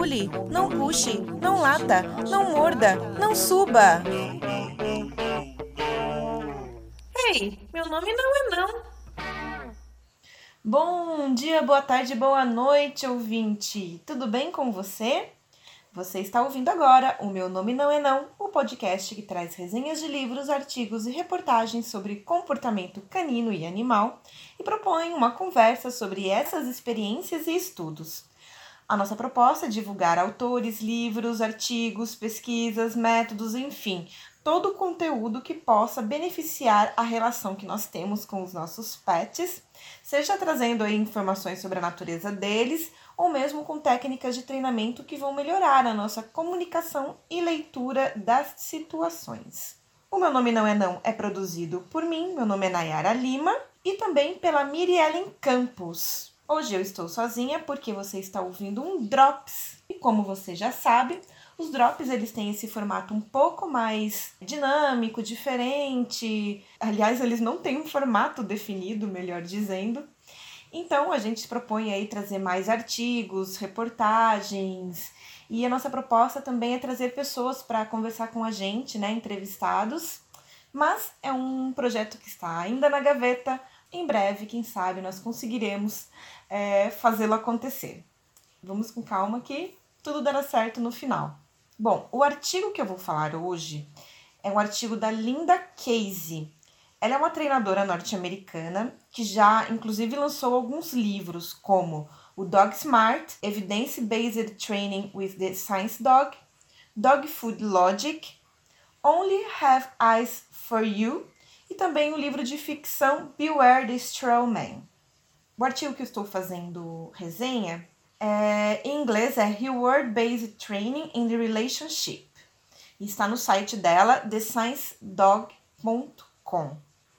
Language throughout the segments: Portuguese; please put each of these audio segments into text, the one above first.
pule, não puxe, não lata, não morda, não suba. Ei, meu nome não é não. Bom dia, boa tarde, boa noite, ouvinte. Tudo bem com você? Você está ouvindo agora o Meu Nome Não É Não, o podcast que traz resenhas de livros, artigos e reportagens sobre comportamento canino e animal e propõe uma conversa sobre essas experiências e estudos. A nossa proposta é divulgar autores, livros, artigos, pesquisas, métodos, enfim, todo o conteúdo que possa beneficiar a relação que nós temos com os nossos pets, seja trazendo aí informações sobre a natureza deles, ou mesmo com técnicas de treinamento que vão melhorar a nossa comunicação e leitura das situações. O Meu Nome Não É Não é produzido por mim, meu nome é Nayara Lima, e também pela Miriellen Campos. Hoje eu estou sozinha porque você está ouvindo um Drops. E como você já sabe, os Drops eles têm esse formato um pouco mais dinâmico, diferente. Aliás, eles não têm um formato definido, melhor dizendo. Então, a gente se propõe aí trazer mais artigos, reportagens, e a nossa proposta também é trazer pessoas para conversar com a gente, né, entrevistados, mas é um projeto que está ainda na gaveta. Em breve, quem sabe, nós conseguiremos fazê-lo acontecer. Vamos com calma que tudo dará certo no final. Bom, o artigo que eu vou falar hoje é um artigo da Linda Casey. Ela é uma treinadora norte-americana que já, inclusive, lançou alguns livros, como o Dog Smart, Evidence-Based Training with the Science Dog, Dog Food Logic, Only Have Eyes for You, e também o livro de ficção Beware the Straw Man. O artigo que eu estou fazendo resenha, em inglês, é Reward-Based Training in the Relationship, e está no site dela, thesciencedog.com.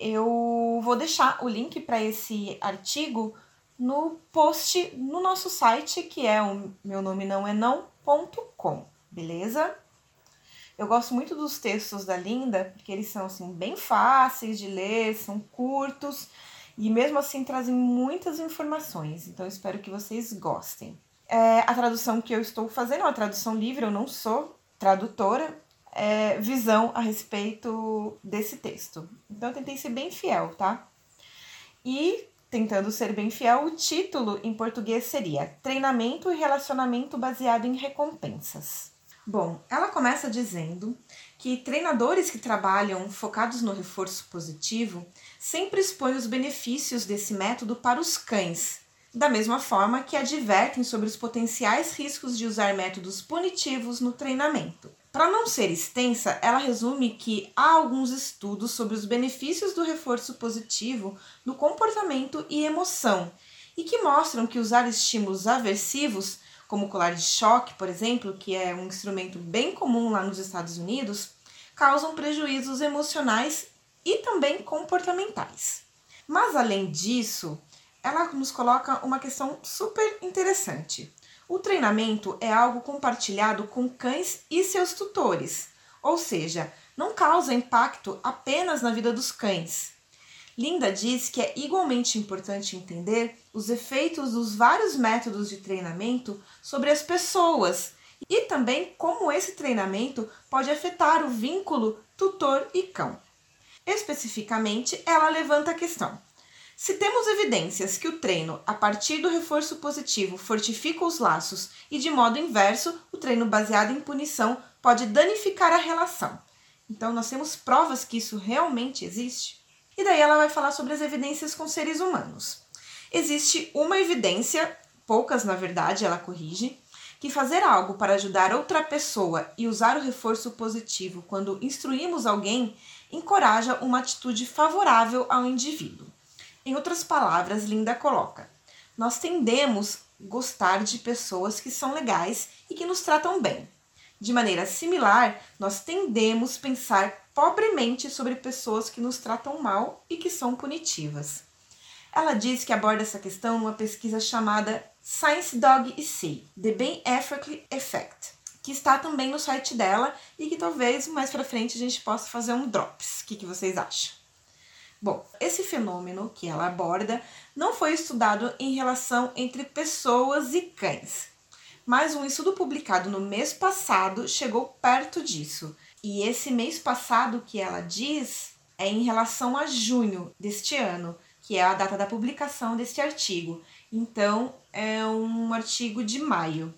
Eu vou deixar o link para esse artigo no post no nosso site, que é o meunomenãoenão.com, beleza? Eu gosto muito dos textos da Linda, porque eles são assim, bem fáceis de ler, são curtos e mesmo assim trazem muitas informações, então espero que vocês gostem. A tradução que eu estou fazendo é uma tradução livre, eu não sou tradutora, visão a respeito desse texto. Então eu tentei ser bem fiel, tá? E, tentando ser bem fiel, o título em português seria Treinamento e Relacionamento Baseado em Recompensas. Bom, ela começa dizendo que treinadores que trabalham focados no reforço positivo sempre expõem os benefícios desse método para os cães, da mesma forma que advertem sobre os potenciais riscos de usar métodos punitivos no treinamento. Para não ser extensa, ela resume que há alguns estudos sobre os benefícios do reforço positivo no comportamento e emoção, e que mostram que usar estímulos aversivos, como o colar de choque, por exemplo, que é um instrumento bem comum lá nos Estados Unidos, causam prejuízos emocionais e também comportamentais. Mas, além disso, ela nos coloca uma questão super interessante. O treinamento é algo compartilhado com cães e seus tutores, ou seja, não causa impacto apenas na vida dos cães. Linda diz que é igualmente importante entender os efeitos dos vários métodos de treinamento sobre as pessoas e também como esse treinamento pode afetar o vínculo tutor e cão. Especificamente, ela levanta a questão: se temos evidências que o treino, a partir do reforço positivo, fortifica os laços e, de modo inverso, o treino baseado em punição pode danificar a relação. Então, nós temos provas que isso realmente existe? E daí ela vai falar sobre as evidências com seres humanos. Existe uma evidência, poucas na verdade, ela corrige, que fazer algo para ajudar outra pessoa e usar o reforço positivo quando instruímos alguém encoraja uma atitude favorável ao indivíduo. Em outras palavras, Linda coloca: nós tendemos a gostar de pessoas que são legais e que nos tratam bem. De maneira similar, nós tendemos a pensar pobremente sobre pessoas que nos tratam mal e que são punitivas. Ela diz que aborda essa questão numa pesquisa chamada Science Dog e Sea, The Ben Affleck Effect, que está também no site dela e que talvez mais pra frente a gente possa fazer um Drops. O que vocês acham? Bom, esse fenômeno que ela aborda não foi estudado em relação entre pessoas e cães, Mas um estudo publicado no mês passado chegou perto disso. E esse mês passado que ela diz é em relação a junho deste ano, que é a data da publicação deste artigo. Então, é um artigo de maio.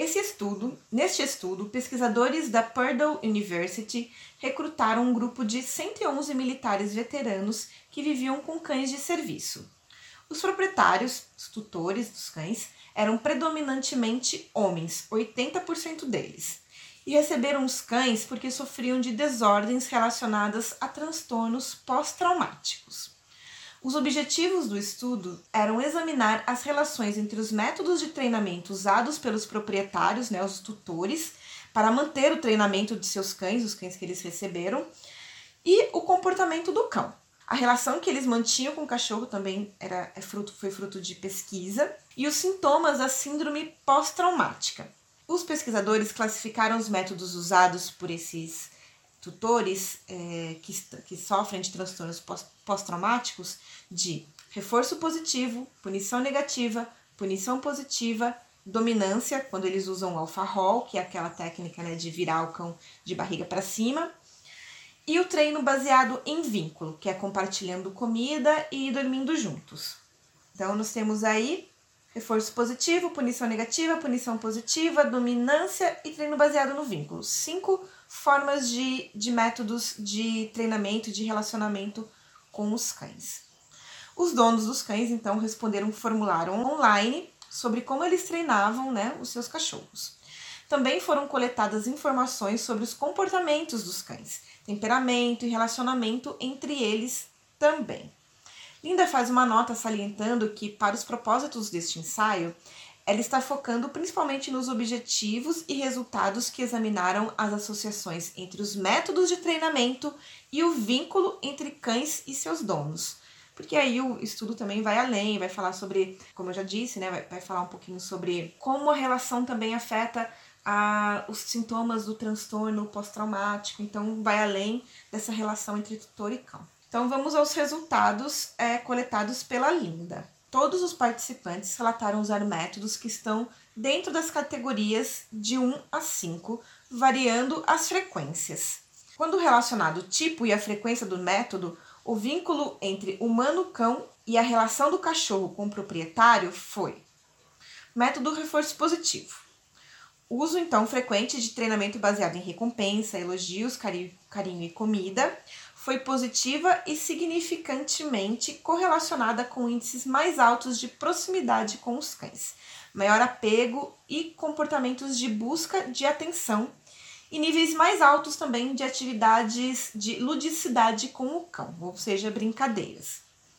Neste estudo, pesquisadores da Purdue University recrutaram um grupo de 111 militares veteranos que viviam com cães de serviço. Os proprietários, os tutores dos cães, eram predominantemente homens, 80% deles, e receberam os cães porque sofriam de desordens relacionadas a transtornos pós-traumáticos. Os objetivos do estudo eram examinar as relações entre os métodos de treinamento usados pelos proprietários, os tutores, para manter o treinamento de seus cães, os cães que eles receberam, e o comportamento do cão. A relação que eles mantinham com o cachorro também foi fruto de pesquisa, e os sintomas da síndrome pós-traumática. Os pesquisadores classificaram os métodos usados por esses tutores que sofrem de transtornos pós-traumáticos de reforço positivo, punição negativa, punição positiva, dominância, quando eles usam o alfa-rol, que é aquela técnica de virar o cão de barriga para cima, e o treino baseado em vínculo, que é compartilhando comida e dormindo juntos. Então, nós temos aí reforço positivo, punição negativa, punição positiva, dominância e treino baseado no vínculo. 5 formas de métodos de treinamento e de relacionamento com os cães. Os donos dos cães, então, responderam um formulário online sobre como eles treinavam os seus cachorros. Também foram coletadas informações sobre os comportamentos dos cães, temperamento e relacionamento entre eles também. Linda faz uma nota salientando que, para os propósitos deste ensaio, ela está focando principalmente nos objetivos e resultados que examinaram as associações entre os métodos de treinamento e o vínculo entre cães e seus donos. Porque aí o estudo também vai além, vai falar sobre, como eu já disse, vai falar um pouquinho sobre como a relação também afeta os sintomas do transtorno pós-traumático. Então, vai além dessa relação entre tutor e cão. Então, vamos aos resultados coletados pela Linda. Todos os participantes relataram usar métodos que estão dentro das categorias de 1 a 5, variando as frequências. Quando relacionado o tipo e a frequência do método, o vínculo entre humano-cão e a relação do cachorro com o proprietário foi: método reforço positivo. Uso, então, frequente de treinamento baseado em recompensa, elogios, carinho e comida, foi positiva e significantemente correlacionada com índices mais altos de proximidade com os cães, maior apego e comportamentos de busca de atenção, e níveis mais altos também de atividades de ludicidade com o cão, ou seja, brincadeiras.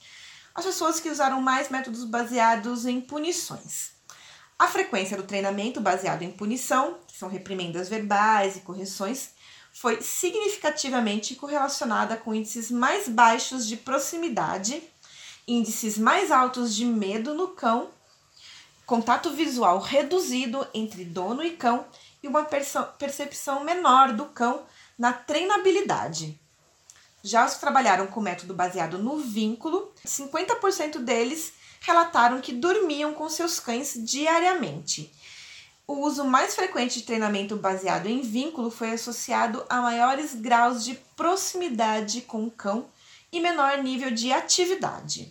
As pessoas que usaram mais métodos baseados em punições. A frequência do treinamento baseado em punição, que são reprimendas verbais e correções, foi significativamente correlacionada com índices mais baixos de proximidade, índices mais altos de medo no cão, contato visual reduzido entre dono e cão e uma percepção menor do cão na treinabilidade. Já os que trabalharam com método baseado no vínculo, 50% deles relataram que dormiam com seus cães diariamente. O uso mais frequente de treinamento baseado em vínculo foi associado a maiores graus de proximidade com o cão e menor nível de atividade.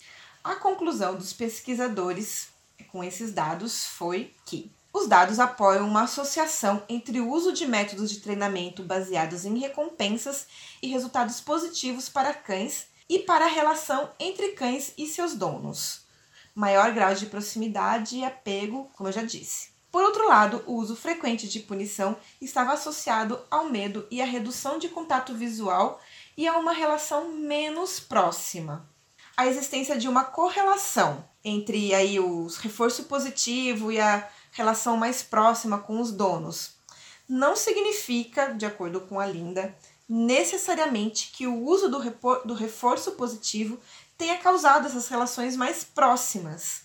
A conclusão dos pesquisadores com esses dados foi que os dados apoiam uma associação entre o uso de métodos de treinamento baseados em recompensas e resultados positivos para cães e para a relação entre cães e seus donos. Maior grau de proximidade e apego, como eu já disse. Por outro lado, o uso frequente de punição estava associado ao medo e à redução de contato visual e a uma relação menos próxima. A existência de uma correlação entre aí o reforço positivo e a relação mais próxima com os donos não significa, de acordo com a Linda, necessariamente que o uso do reforço positivo tenha causado essas relações mais próximas.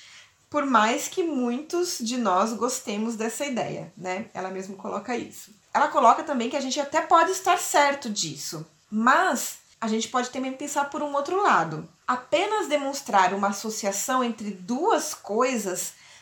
Por mais que muitos de nós gostemos dessa ideia, Ela mesma coloca isso. Ela coloca também que a gente até pode estar certo disso, mas a gente pode também pensar por um outro lado. Apenas demonstrar uma associação entre duas coisas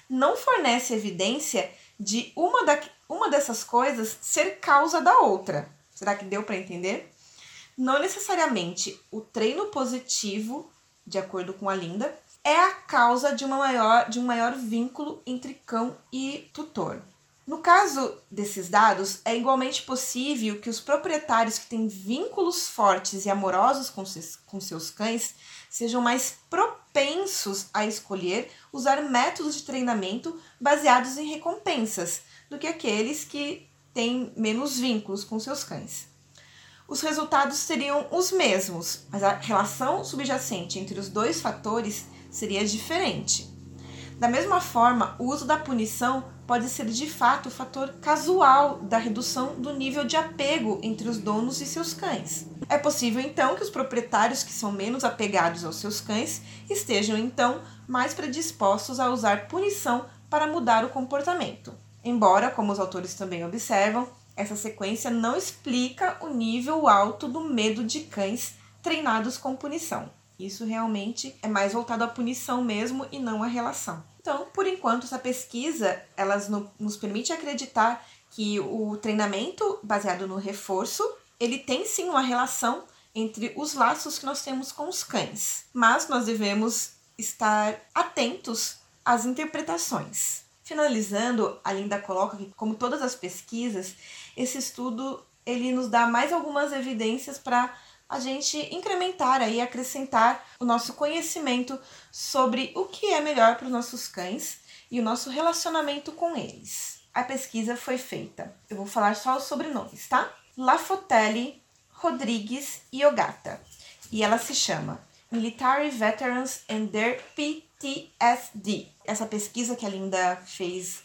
não fornece evidência de uma dessas coisas ser causa da outra. Será que deu para entender? Não necessariamente o treino positivo, de acordo com a Linda, é a causa de um maior vínculo entre cão e tutor. No caso desses dados, é igualmente possível que os proprietários que têm vínculos fortes e amorosos com seus cães sejam mais propensos a escolher usar métodos de treinamento baseados em recompensas do que aqueles que têm menos vínculos com seus cães. Os resultados seriam os mesmos, mas a relação subjacente entre os dois fatores seria diferente. Da mesma forma, o uso da punição pode ser de fato o fator casual da redução do nível de apego entre os donos e seus cães. É possível então que os proprietários que são menos apegados aos seus cães estejam então mais predispostos a usar punição para mudar o comportamento. Embora, como os autores também observam, essa sequência não explica o nível alto do medo de cães treinados com punição. Isso realmente é mais voltado à punição mesmo e não à relação. Então, por enquanto, essa pesquisa nos permite acreditar que o treinamento baseado no reforço, ele tem sim uma relação entre os laços que nós temos com os cães. Mas nós devemos estar atentos às interpretações. Finalizando, a Linda coloca que, como todas as pesquisas, esse estudo ele nos dá mais algumas evidências para a gente incrementar e acrescentar o nosso conhecimento sobre o que é melhor para os nossos cães e o nosso relacionamento com eles. A pesquisa foi feita, eu vou falar só os sobrenomes, tá? Lafotelli, Rodrigues e Ogata. E ela se chama Military Veterans and Their PTSD. Essa pesquisa que a Linda fez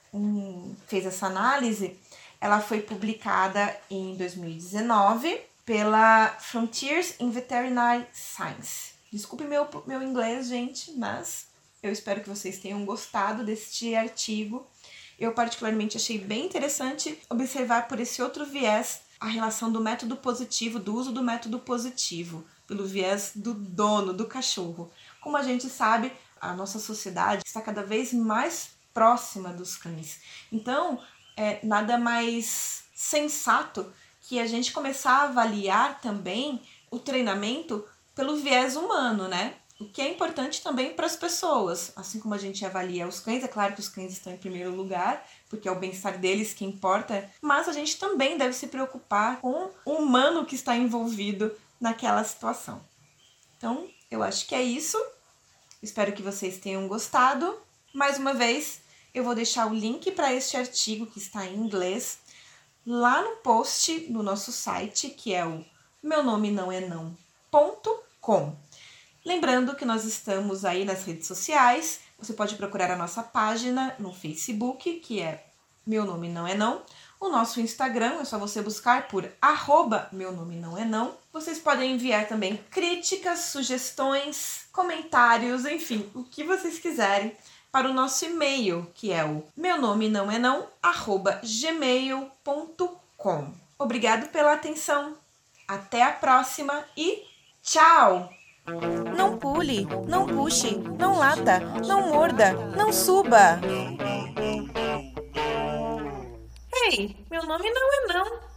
essa análise, ela foi publicada em 2019 pela Frontiers in Veterinary Science. Desculpe meu inglês, gente, mas eu espero que vocês tenham gostado deste artigo. Eu particularmente achei bem interessante observar por esse outro viés a relação do método positivo, do uso do método positivo, pelo viés do dono, do cachorro. Como a gente sabe, a nossa sociedade está cada vez mais próxima dos cães. Então, nada mais sensato que a gente começar a avaliar também o treinamento pelo viés humano, né? O que é importante também para as pessoas. Assim como a gente avalia os cães, é claro que os cães estão em primeiro lugar, porque é o bem-estar deles que importa, mas a gente também deve se preocupar com o humano que está envolvido naquela situação. Então, eu acho que é isso. Espero que vocês tenham gostado. Mais uma vez, eu vou deixar o link para este artigo que está em inglês lá no post do nosso site, que é o meunomenãoenão.com. Lembrando que nós estamos aí nas redes sociais, você pode procurar a nossa página no Facebook, que é Meu Nome Não É Não. O nosso Instagram é só você buscar por @meunomenãoenão. Vocês podem enviar também críticas, sugestões, comentários, enfim, o que vocês quiserem para o nosso e-mail, que é o meunomenãoenão@gmail.com. Obrigado pela atenção. Até a próxima e tchau! Não pule, não puxe, não lata, não morda, não suba. Ei, meu nome não é não.